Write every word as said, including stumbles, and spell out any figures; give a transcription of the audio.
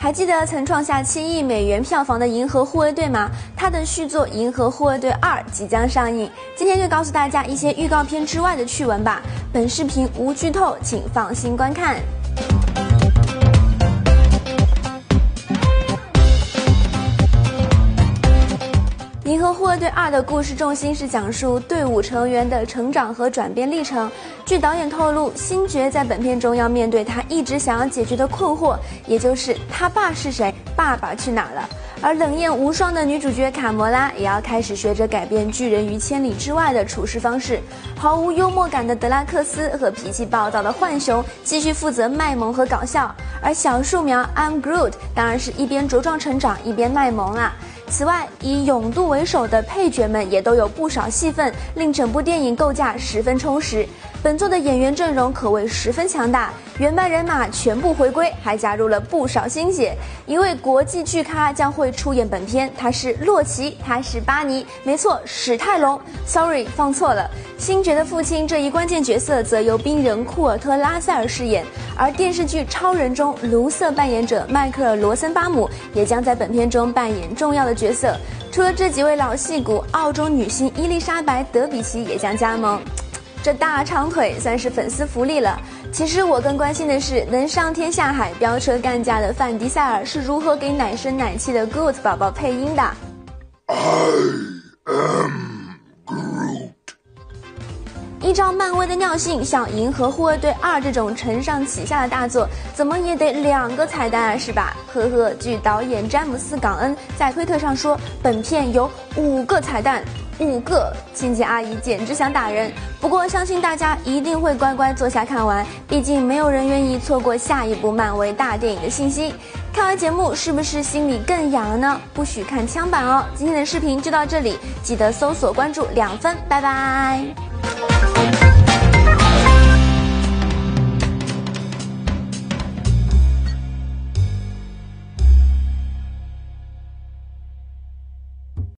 还记得曾创下七亿美元票房的《银河护卫队》吗？它的续作《银河护卫队二》即将上映。今天就告诉大家一些预告片之外的趣闻吧。本视频无剧透，请放心观看。《银河护卫队二》的故事重心是讲述队伍成员的成长和转变历程。据导演透露，星爵在本片中要面对他一直想要解决的困惑，也就是他爸是谁，爸爸去哪了。而冷艳无双的女主角卡魔拉也要开始学着改变拒人于千里之外的处事方式。毫无幽默感的德拉克斯和脾气暴躁的浣熊继续负责卖萌和搞笑，而小树苗 I'm Groot 当然是一边茁壮成长一边卖萌啦。此外，以勇度为首的配角们也都有不少戏份，令整部电影构架十分充实。本作的演员阵容可谓十分强大，原班人马全部回归，还加入了不少新血。一位国际巨咖将会出演本片，他是洛奇，他是巴尼，没错，史泰龙 ，sorry 放错了。星爵的父亲这一关键角色则由冰人库尔特拉塞尔饰演，而电视剧《超人》中卢瑟扮演者迈克尔罗森巴姆也将在本片中扮演重要的角色。除了这几位老戏骨，澳洲女星伊丽莎白·德比奇也将加盟。这大长腿算是粉丝福利了。其实我更关心的是，能上天下海飙车干架的范迪塞尔是如何给奶声奶气的 Groot 宝宝配音的。I am Groot。依照漫威的尿性，像《银河护卫队二》这种承上启下的大作，怎么也得两个彩蛋啊，是吧？呵呵，据导演詹姆斯·港恩在推特上说，本片有五个彩蛋。五个，亲戚阿姨简直想打人。不过相信大家一定会乖乖坐下看完，毕竟没有人愿意错过下一部漫威大电影的信息。看完节目是不是心里更痒了呢？不许看枪版哦。今天的视频就到这里，记得搜索关注两分，拜拜。